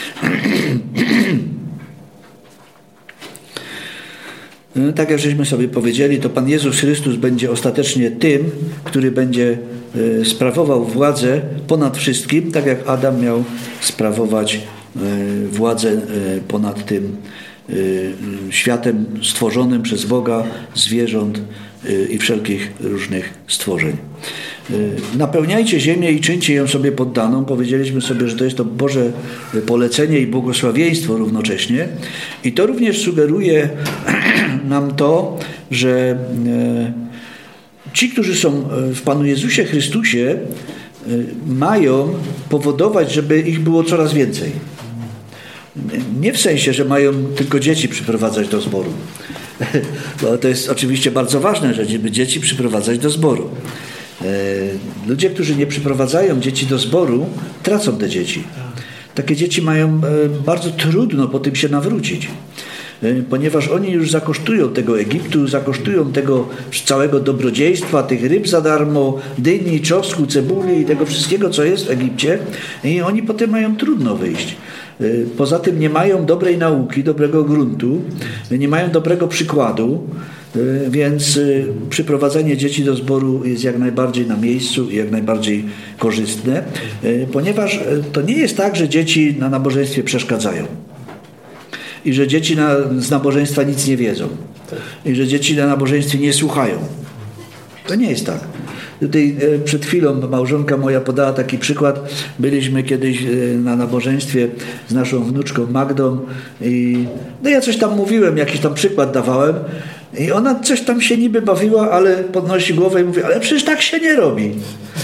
Tak jak żeśmy sobie powiedzieli, to Pan Jezus Chrystus będzie ostatecznie tym, który będzie sprawował władzę ponad wszystkim, tak jak Adam miał sprawować władzę ponad tym światem stworzonym przez Boga, zwierząt i wszelkich różnych stworzeń. Napełniajcie ziemię i czyńcie ją sobie poddaną. Powiedzieliśmy sobie, że to jest to Boże polecenie i błogosławieństwo równocześnie. I to również sugeruje nam to, że ci, którzy są w Panu Jezusie Chrystusie, mają powodować, żeby ich było coraz więcej. Nie w sensie, że mają tylko dzieci przyprowadzać do zboru. Bo to jest oczywiście bardzo ważne, żeby dzieci przyprowadzać do zboru. Ludzie, którzy nie przyprowadzają dzieci do zboru, tracą te dzieci. Takie dzieci mają bardzo trudno po tym się nawrócić, ponieważ oni już zakosztują tego Egiptu, zakosztują tego całego dobrodziejstwa, tych ryb za darmo, dyni, czosnku, cebuli i tego wszystkiego, co jest w Egipcie, i oni potem mają trudno wyjść. Poza tym nie mają dobrej nauki, dobrego gruntu, nie mają dobrego przykładu, więc przyprowadzenie dzieci do zboru jest jak najbardziej na miejscu i jak najbardziej korzystne, ponieważ to nie jest tak, że dzieci na nabożeństwie przeszkadzają i że dzieci na, z nabożeństwa nic nie wiedzą i że dzieci na nabożeństwie nie słuchają. To nie jest tak. Tutaj przed chwilą małżonka moja podała taki przykład. Byliśmy kiedyś na nabożeństwie z naszą wnuczką Magdą i no ja coś tam mówiłem, jakiś tam przykład dawałem i ona coś tam się niby bawiła, ale podnosi głowę i mówi, ale przecież tak się nie robi.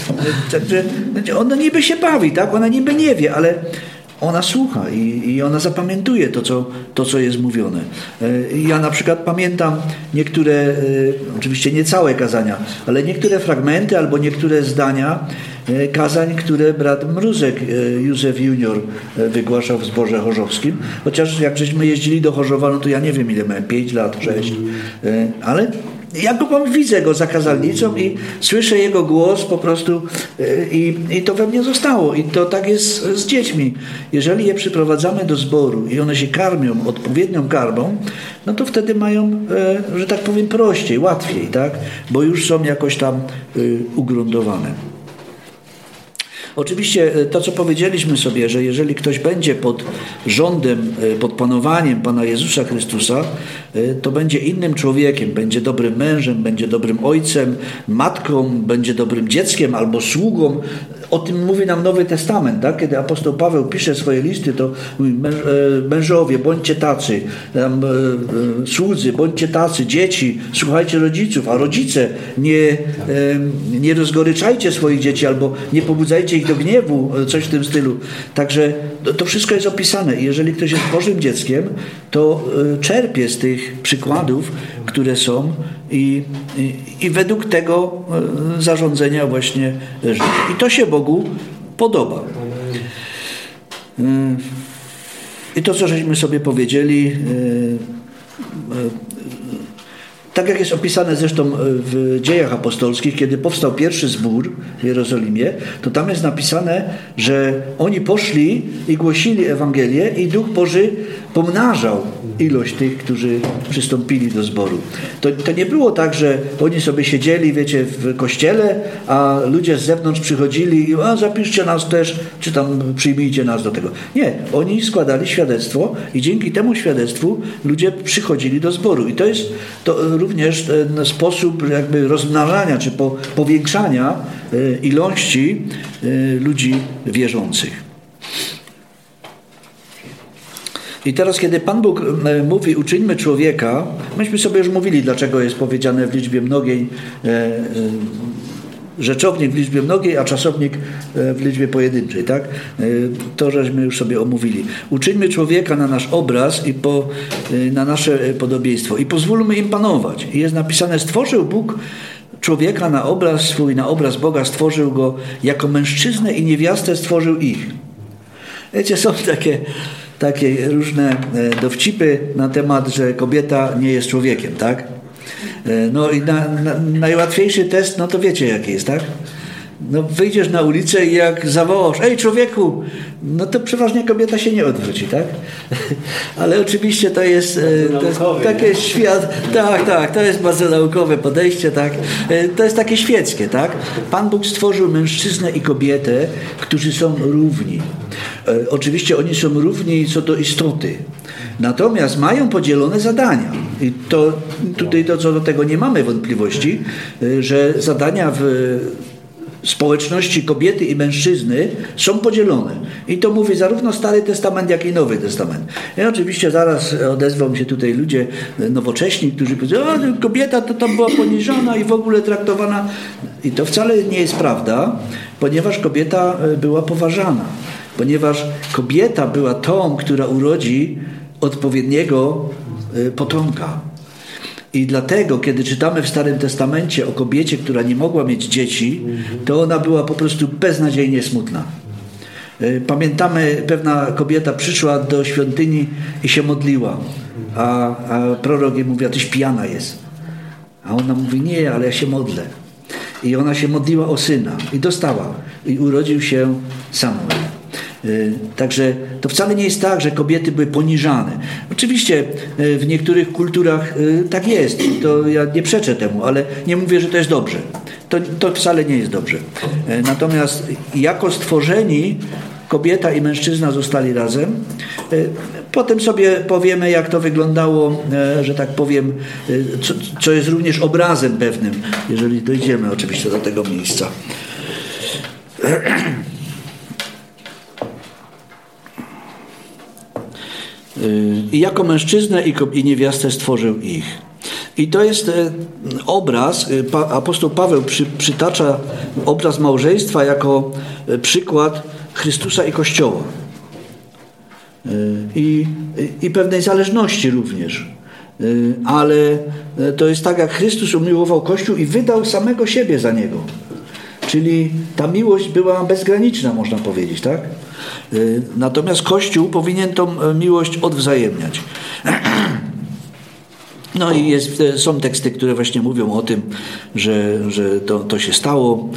Także ona niby się bawi, tak? Ona niby nie wie, ale ona słucha i, i ona zapamiętuje to co, to, co jest mówione. Ja na przykład pamiętam niektóre, oczywiście nie całe kazania, ale niektóre fragmenty albo niektóre zdania kazań, które brat Mruzek Józef junior wygłaszał w zborze chorzowskim. Chociaż jak żeśmy jeździli do Chorzowa, no to ja nie wiem ile miałem, pięć lat, sześć, ale ja go mam, widzę go za kazalnicą i słyszę jego głos po prostu i, i to we mnie zostało. I to tak jest z dziećmi. Jeżeli je przyprowadzamy do zboru i one się karmią odpowiednią karmą, no to wtedy mają, że tak powiem, prościej, łatwiej, tak? Bo już są jakoś tam ugruntowane. Oczywiście to, co powiedzieliśmy sobie, że jeżeli ktoś będzie pod rządem, pod panowaniem Pana Jezusa Chrystusa, to będzie innym człowiekiem, będzie dobrym mężem, będzie dobrym ojcem, matką, będzie dobrym dzieckiem albo sługą. O tym mówi nam Nowy Testament, tak? Kiedy apostoł Paweł pisze swoje listy, to mówi, mężowie, bądźcie tacy, tam, słudzy, bądźcie tacy, dzieci, słuchajcie rodziców, a rodzice, nie, nie rozgoryczajcie swoich dzieci albo nie pobudzajcie ich do gniewu, coś w tym stylu. Także to, to wszystko jest opisane i jeżeli ktoś jest Bożym dzieckiem, to czerpie z tych przykładów, które są i, i, i według tego zarządzenia właśnie życia. I to się Bogu podoba. I to, co żeśmy sobie powiedzieli, tak jak jest opisane zresztą w Dziejach Apostolskich, kiedy powstał pierwszy zbór w Jerozolimie, to tam jest napisane, że oni poszli i głosili Ewangelię i Duch Boży pomnażał ilość tych, którzy przystąpili do zboru. To, to nie było tak, że oni sobie siedzieli, wiecie, w kościele, a ludzie z zewnątrz przychodzili i a zapiszcie nas też, czy tam przyjmijcie nas do tego. Nie, oni składali świadectwo i dzięki temu świadectwu ludzie przychodzili do zboru. I to jest to również ten sposób jakby rozmnażania, czy po, powiększania ilości ludzi wierzących. I teraz, kiedy Pan Bóg mówi, uczyńmy człowieka, myśmy sobie już mówili, dlaczego jest powiedziane w liczbie mnogiej, e, e, rzeczownik w liczbie mnogiej, a czasownik w liczbie pojedynczej, tak? E, to żeśmy już sobie omówili. Uczyńmy człowieka na nasz obraz i po, e, na nasze podobieństwo i pozwólmy im panować. I jest napisane, stworzył Bóg człowieka na obraz swój, na obraz Boga stworzył go, jako mężczyznę i niewiastę stworzył ich. Wiecie, są takie takie różne dowcipy na temat, że kobieta nie jest człowiekiem, tak? No i na, na, najłatwiejszy test, no to wiecie jaki jest, tak? No wyjdziesz na ulicę i jak zawołasz, ej człowieku, no to przeważnie kobieta się nie odwróci, tak? Ale oczywiście to jest, to jest takie świat, tak, tak, to jest bardzo naukowe podejście, tak? To jest takie świeckie, tak? Pan Bóg stworzył mężczyznę i kobietę, którzy są równi. Oczywiście oni są równi co do istoty. Natomiast mają podzielone zadania. I to tutaj to, co do tego nie mamy wątpliwości, że zadania w społeczności kobiety i mężczyzny są podzielone. I to mówi zarówno Stary Testament, jak i Nowy Testament. I oczywiście zaraz odezwą się tutaj ludzie nowocześni, którzy powiedzą, a kobieta to tam była poniżana i w ogóle traktowana. I to wcale nie jest prawda, ponieważ kobieta była poważana. Ponieważ kobieta była tą, która urodzi odpowiedniego potomka. I dlatego, kiedy czytamy w Starym Testamencie o kobiecie, która nie mogła mieć dzieci, to ona była po prostu beznadziejnie smutna. Pamiętamy, pewna kobieta przyszła do świątyni i się modliła, a, a prorok jej mówi, a tyś pijana jest. A ona mówi, nie, ale ja się modlę. I ona się modliła o syna i dostała. I urodził się Samuel. Także to wcale nie jest tak, że kobiety były poniżane. Oczywiście w niektórych kulturach tak jest, to ja nie przeczę temu, ale nie mówię, że to jest dobrze. To, to wcale nie jest dobrze. Natomiast jako stworzeni kobieta i mężczyzna zostali razem. Potem sobie powiemy, jak to wyglądało, że tak powiem, co, co jest również obrazem pewnym, jeżeli dojdziemy oczywiście do tego miejsca. I jako mężczyznę i niewiastę stworzył ich. I to jest obraz, apostoł Paweł przy, przytacza obraz małżeństwa jako przykład Chrystusa i Kościoła. I, i pewnej zależności również. Ale to jest tak, jak Chrystus umiłował Kościół i wydał samego siebie za niego. Czyli ta miłość była bezgraniczna, można powiedzieć, tak? Natomiast Kościół powinien tą miłość odwzajemniać. No i jest, są teksty, które właśnie mówią o tym, że, że to, to się stało.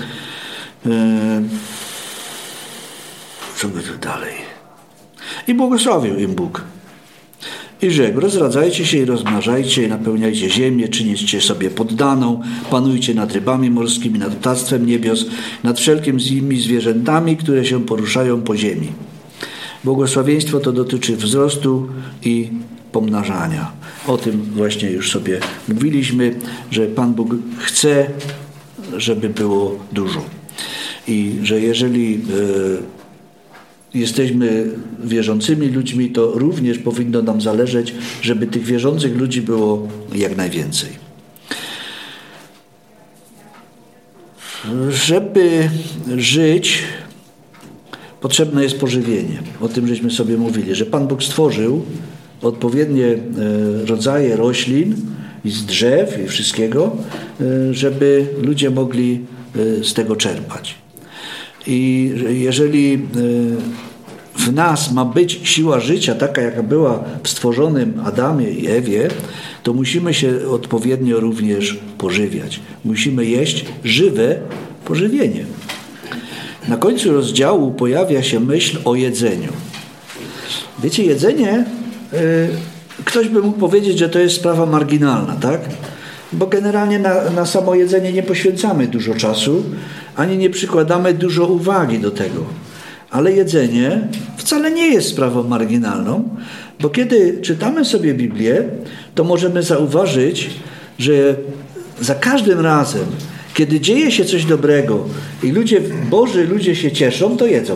Co by tu dalej? I błogosławił im Bóg. I rzekł: rozradzajcie się i rozmnażajcie, i napełniajcie ziemię, czynicie sobie poddaną, panujcie nad rybami morskimi, nad ptactwem niebios, nad wszelkimi zwierzętami, które się poruszają po ziemi. Błogosławieństwo to dotyczy wzrostu i pomnażania. O tym właśnie już sobie mówiliśmy, że Pan Bóg chce, żeby było dużo. I że jeżeli e, jesteśmy wierzącymi ludźmi, to również powinno nam zależeć, żeby tych wierzących ludzi było jak najwięcej. Żeby żyć, potrzebne jest pożywienie. O tym żeśmy sobie mówili, że Pan Bóg stworzył odpowiednie rodzaje roślin i z drzew i wszystkiego, żeby ludzie mogli z tego czerpać. I jeżeli w nas ma być siła życia taka, jaka była w stworzonym Adamie i Ewie, to musimy się odpowiednio również pożywiać. Musimy jeść żywe pożywienie. Na końcu rozdziału pojawia się myśl o jedzeniu. Wiecie, jedzenie, yy, ktoś by mógł powiedzieć, że to jest sprawa marginalna, tak? Bo generalnie na, na samo jedzenie nie poświęcamy dużo czasu, ani nie przykładamy dużo uwagi do tego. Ale jedzenie wcale nie jest sprawą marginalną, bo kiedy czytamy sobie Biblię, to możemy zauważyć, że za każdym razem, kiedy dzieje się coś dobrego i ludzie, Boży ludzie się cieszą, to jedzą.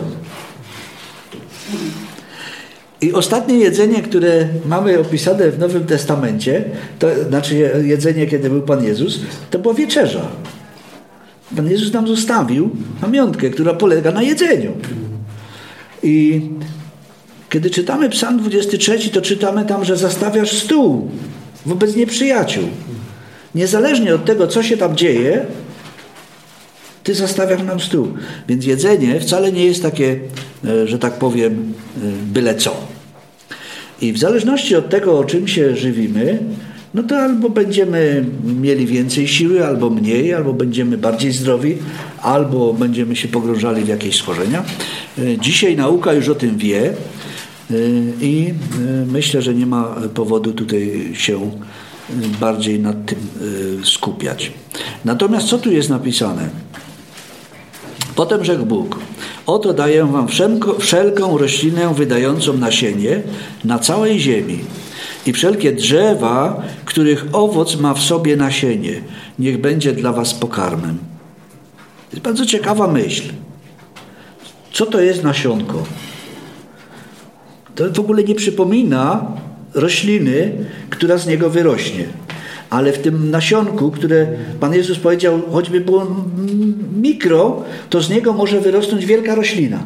I ostatnie jedzenie, które mamy opisane w Nowym Testamencie, to znaczy jedzenie, kiedy był Pan Jezus, to była wieczerza. Pan Jezus nam zostawił pamiątkę, która polega na jedzeniu. I kiedy czytamy Psalm dwudziesty trzeci, to czytamy tam, że zastawiasz stół wobec nieprzyjaciół. Niezależnie od tego, co się tam dzieje, Ty zastawiasz nam stół. Więc jedzenie wcale nie jest takie, że tak powiem, byle co. I w zależności od tego, o czym się żywimy, no to albo będziemy mieli więcej siły, albo mniej, albo będziemy bardziej zdrowi, albo będziemy się pogrążali w jakieś schorzenia. Dzisiaj nauka już o tym wie i myślę, że nie ma powodu tutaj się bardziej nad tym skupiać. Natomiast co tu jest napisane? Potem rzekł Bóg: oto daję wam wszelko, wszelką roślinę wydającą nasienie na całej ziemi i wszelkie drzewa, których owoc ma w sobie nasienie, niech będzie dla was pokarmem. To jest bardzo ciekawa myśl. Co to jest nasionko? To w ogóle nie przypomina rośliny, która z niego wyrośnie. Ale w tym nasionku, które Pan Jezus powiedział, choćby było mikro, to z niego może wyrosnąć wielka roślina.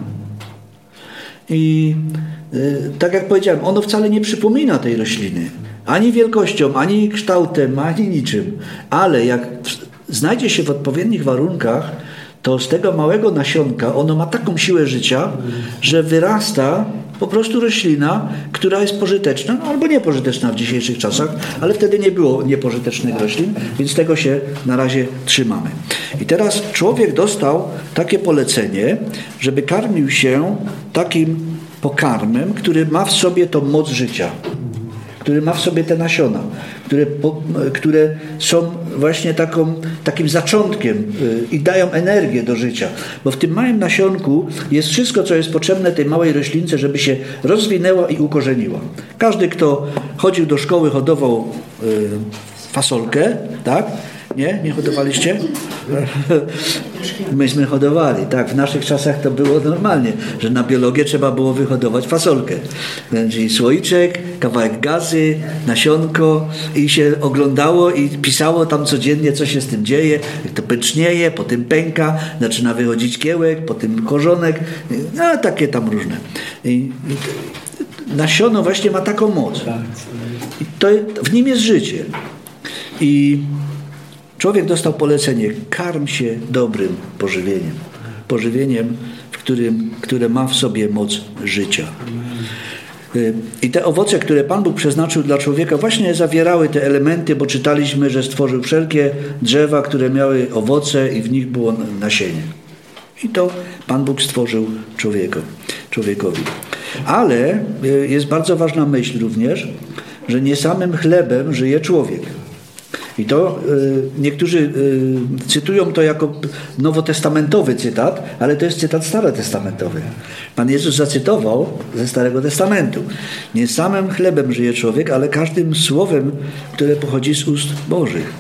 I y, tak jak powiedziałem, ono wcale nie przypomina tej rośliny. Ani wielkością, ani kształtem, ani niczym. Ale jak znajdzie się w odpowiednich warunkach, to z tego małego nasionka ono ma taką siłę życia, że wyrasta po prostu roślina, która jest pożyteczna, no, albo niepożyteczna w dzisiejszych czasach, ale wtedy nie było niepożytecznych roślin, więc tego się na razie trzymamy. I teraz człowiek dostał takie polecenie, żeby karmił się takim pokarmem, który ma w sobie tą moc życia, który ma w sobie te nasiona, które, które są właśnie taką, takim zaczątkiem i dają energię do życia. Bo w tym małym nasionku jest wszystko, co jest potrzebne tej małej roślince, żeby się rozwinęła i ukorzeniła. Każdy, kto chodził do szkoły, hodował fasolkę, tak? Nie? Nie hodowaliście? Myśmy hodowali, tak. W naszych czasach to było normalnie, że na biologię trzeba było wyhodować fasolkę. Czyli słoiczek, kawałek gazy, nasionko i się oglądało i pisało tam codziennie, co się z tym dzieje. Jak to pęcznieje, potem pęka, zaczyna wychodzić kiełek, potem korzonek, no takie tam różne. I, i nasiono właśnie ma taką moc. I to, w nim jest życie. I człowiek dostał polecenie, karm się dobrym pożywieniem. Pożywieniem, w którym, które ma w sobie moc życia. I te owoce, które Pan Bóg przeznaczył dla człowieka, właśnie zawierały te elementy, bo czytaliśmy, że stworzył wszelkie drzewa, które miały owoce i w nich było nasienie. I to Pan Bóg stworzył człowiekowi. człowiekowi. Ale jest bardzo ważna myśl również, że nie samym chlebem żyje człowiek. I to y, niektórzy y, cytują to jako nowotestamentowy cytat, ale to jest cytat starotestamentowy. Pan Jezus zacytował ze Starego Testamentu. Nie samym chlebem żyje człowiek, ale każdym słowem, które pochodzi z ust Bożych.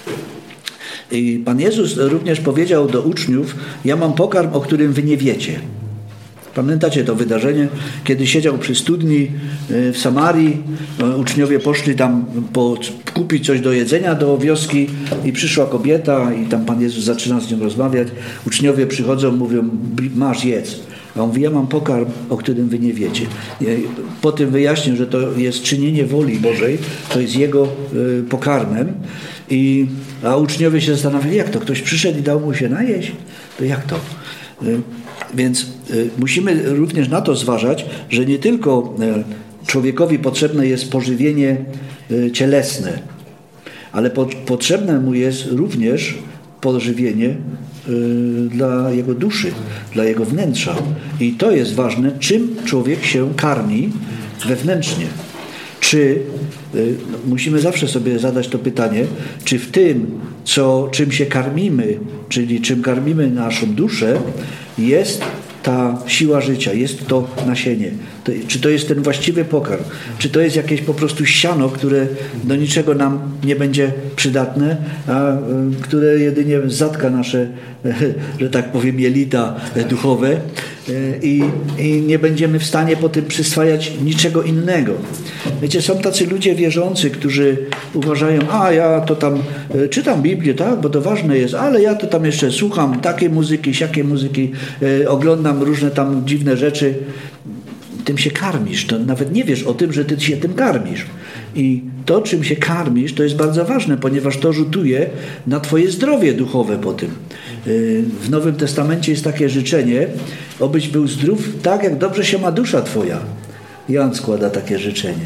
I Pan Jezus również powiedział do uczniów: ja mam pokarm, o którym wy nie wiecie. Pamiętacie to wydarzenie, kiedy siedział przy studni w Samarii, uczniowie poszli tam po, kupić coś do jedzenia do wioski i przyszła kobieta i tam Pan Jezus zaczyna z nią rozmawiać. Uczniowie przychodzą, mówią: masz, jedz. A on mówi: ja mam pokarm, o którym wy nie wiecie. Po tym wyjaśnił, że to jest czynienie woli Bożej, to jest Jego pokarmem. I, a uczniowie się zastanawiali, jak to? Ktoś przyszedł i dał mu się najeść? To jak to? Więc y, musimy również na to zważać, że nie tylko y, człowiekowi potrzebne jest pożywienie y, cielesne, ale po, potrzebne mu jest również pożywienie y, dla jego duszy, dla jego wnętrza. I to jest ważne, czym człowiek się karmi wewnętrznie. Czy y, musimy zawsze sobie zadać to pytanie, czy w tym, co, czym się karmimy, czyli czym karmimy naszą duszę, jest ta siła życia, jest to nasienie. To, czy to jest ten właściwy pokarm? Czy to jest jakieś po prostu siano, które do niczego nam nie będzie przydatne, a y, które jedynie zatka nasze, y, że tak powiem, jelita duchowe y, i, i nie będziemy w stanie potem przyswajać niczego innego. Wiecie, są tacy ludzie wierzący, którzy uważają: a ja to tam y, czytam Biblię, tak, bo to ważne jest, ale ja to tam jeszcze słucham takiej muzyki, siakiej muzyki, y, oglądam różne tam dziwne rzeczy. Tym się karmisz, to nawet nie wiesz o tym, że ty się tym karmisz. I to, czym się karmisz, to jest bardzo ważne, ponieważ to rzutuje na twoje zdrowie duchowe po tym. W Nowym Testamencie jest takie życzenie: obyś był zdrów tak, jak dobrze się ma dusza twoja. Jan składa takie życzenie.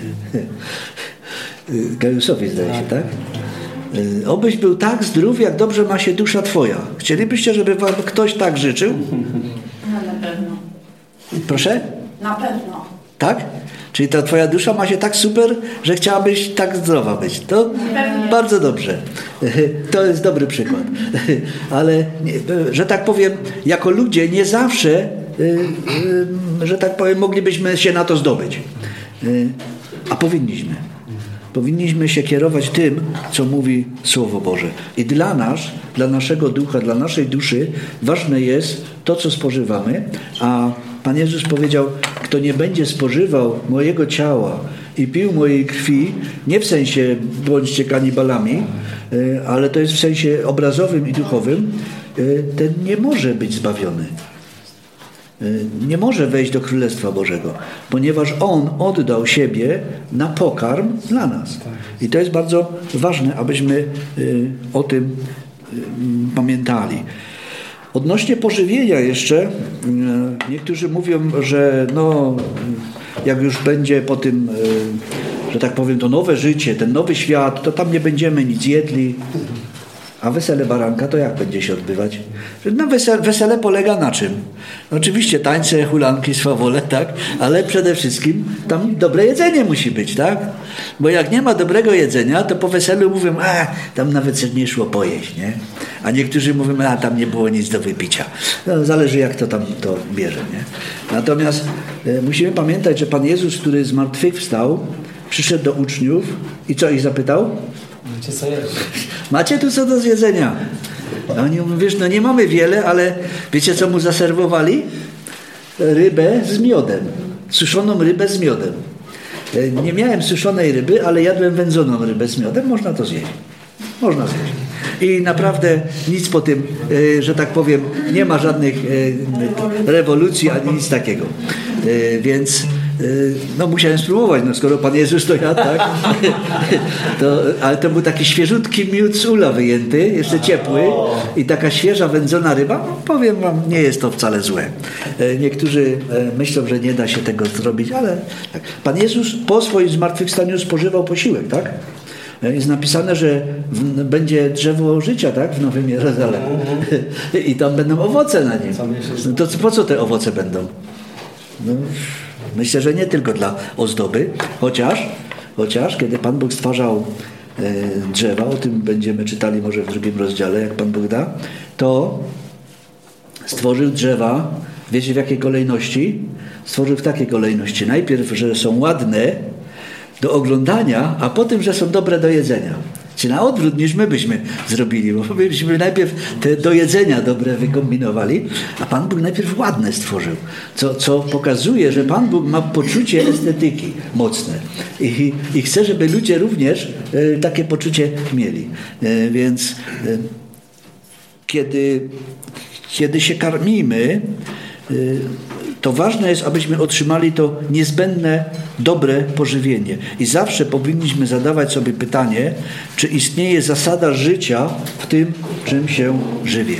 Gajusowi zdaje się, tak? Obyś był tak zdrów, jak dobrze ma się dusza twoja. Chcielibyście, żeby wam ktoś tak życzył? No, na pewno. Proszę? Na pewno. Tak? Czyli ta twoja dusza ma się tak super, że chciałabyś tak zdrowa być. To Pewnie. Bardzo dobrze. To jest dobry przykład. Ale, że tak powiem, jako ludzie nie zawsze, że tak powiem, moglibyśmy się na to zdobyć. A powinniśmy. Powinniśmy się kierować tym, co mówi Słowo Boże. I dla nas, dla naszego ducha, dla naszej duszy ważne jest to, co spożywamy, a Pan Jezus powiedział: kto nie będzie spożywał mojego ciała i pił mojej krwi, nie w sensie bądźcie kanibalami, ale to jest w sensie obrazowym i duchowym, ten nie może być zbawiony. Nie może wejść do Królestwa Bożego, ponieważ On oddał siebie na pokarm dla nas. I to jest bardzo ważne, abyśmy o tym pamiętali. Odnośnie pożywienia jeszcze, niektórzy mówią, że no, jak już będzie po tym, że tak powiem, to nowe życie, ten nowy świat, to tam nie będziemy nic jedli. A wesele baranka to jak będzie się odbywać? No wesele, wesele polega na czym? Oczywiście tańce, hulanki, swawole, tak? Ale przede wszystkim tam dobre jedzenie musi być, tak? Bo jak nie ma dobrego jedzenia, to po weselu mówią: a tam nawet nie szło pojeść, nie? A niektórzy mówią: a tam nie było nic do wypicia. No, zależy jak to tam to bierze, nie? Natomiast e, musimy pamiętać, że Pan Jezus, który z martwych wstał, przyszedł do uczniów i co ich zapytał? Macie co jeść. Macie tu co do zjedzenia? No oni mówią, wiesz, no nie mamy wiele, ale wiecie co mu zaserwowali? Rybę z miodem. Suszoną rybę z miodem. Nie miałem suszonej ryby, ale jadłem wędzoną rybę z miodem. Można to zjeść. Można zjeść. I naprawdę nic po tym, że tak powiem, nie ma żadnych rewolucji ani nic takiego. Więc no musiałem spróbować, no skoro Pan Jezus to jadł, tak? To, ale to był taki świeżutki miód z ula wyjęty, jeszcze ciepły i taka świeża wędzona ryba, no powiem Wam, nie jest to wcale złe. Niektórzy myślą, że nie da się tego zrobić, ale tak. Pan Jezus po swoim zmartwychwstaniu spożywał posiłek, tak? Jest napisane, że w, będzie drzewo życia, tak? W Nowym Jerozolem. I tam będą owoce na nim. No to po co te owoce będą? No, myślę, że nie tylko dla ozdoby, chociaż, chociaż kiedy Pan Bóg stwarzał e, drzewa, o tym będziemy czytali może w drugim rozdziale, jak Pan Bóg da, to stworzył drzewa, wiecie w jakiej kolejności? Stworzył w takiej kolejności. Najpierw, że są ładne do oglądania, a potem, że są dobre do jedzenia. Czyli na odwrót niż my byśmy zrobili, bo byśmy najpierw te do jedzenia dobre wykombinowali, a Pan Bóg najpierw ładne stworzył, co, co pokazuje, że Pan Bóg ma poczucie estetyki mocne i, i chce, żeby ludzie również e, takie poczucie mieli. E, więc e, kiedy, kiedy się karmimy, e, to ważne jest, abyśmy otrzymali to niezbędne, dobre pożywienie. I zawsze powinniśmy zadawać sobie pytanie, czy istnieje zasada życia w tym, czym się żywię.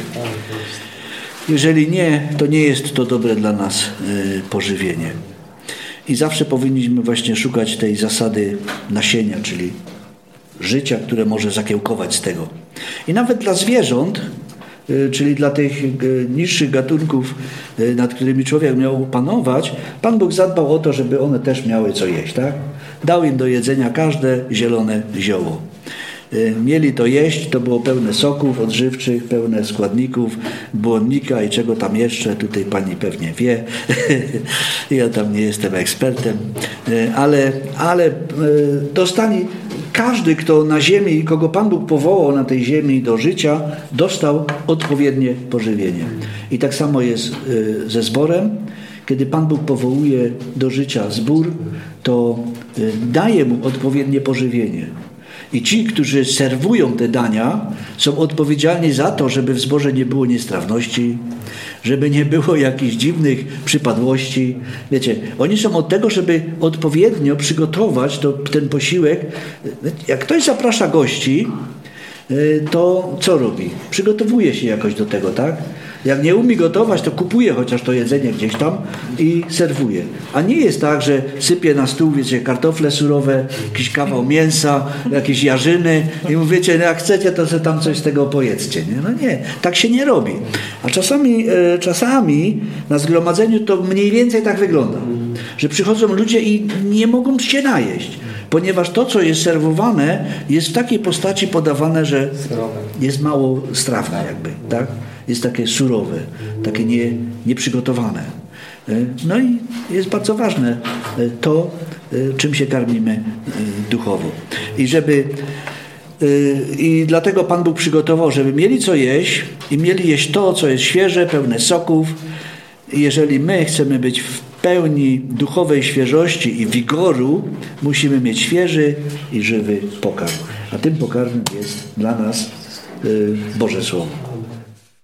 Jeżeli nie, to nie jest to dobre dla nas y, pożywienie. I zawsze powinniśmy właśnie szukać tej zasady nasienia, czyli życia, które może zakiełkować z tego. I nawet dla zwierząt, czyli dla tych niższych gatunków, nad którymi człowiek miał panować, Pan Bóg zadbał o to, żeby one też miały co jeść, tak? Dał im do jedzenia każde zielone zioło. Mieli to jeść, to było pełne soków odżywczych, pełne składników, błonnika i czego tam jeszcze, tutaj pani pewnie wie, ja tam nie jestem ekspertem, ale, ale dostali, każdy, kto na ziemi, kogo Pan Bóg powołał na tej ziemi do życia, dostał odpowiednie pożywienie. I tak samo jest ze zborem. Kiedy Pan Bóg powołuje do życia zbór, to daje mu odpowiednie pożywienie. I ci, którzy serwują te dania, są odpowiedzialni za to, żeby w zborze nie było niestrawności, żeby nie było jakichś dziwnych przypadłości. Wiecie, oni są od tego, żeby odpowiednio przygotować to, ten posiłek. Jak ktoś zaprasza gości, to co robi? Przygotowuje się jakoś do tego, tak? Jak nie umie gotować, to kupuje chociaż to jedzenie gdzieś tam i serwuje. A nie jest tak, że sypie na stół, wiecie, kartofle surowe, jakiś kawał mięsa, jakieś jarzyny i mówicie, no jak chcecie, to sobie tam coś z tego pojedzcie. Nie? No nie, tak się nie robi. A czasami, e, czasami na zgromadzeniu to mniej więcej tak wygląda, że przychodzą ludzie i nie mogą się najeść, ponieważ to, co jest serwowane, jest w takiej postaci podawane, że jest mało strawne jakby, tak? Jest takie surowe, takie nie, nieprzygotowane. No i jest bardzo ważne to, czym się karmimy duchowo. I żeby i dlatego Pan Bóg przygotował, żeby mieli co jeść i mieli jeść to, co jest świeże, pełne soków. I jeżeli my chcemy być w pełni duchowej świeżości i wigoru, musimy mieć świeży i żywy pokarm. A tym pokarmem jest dla nas Boże Słowo.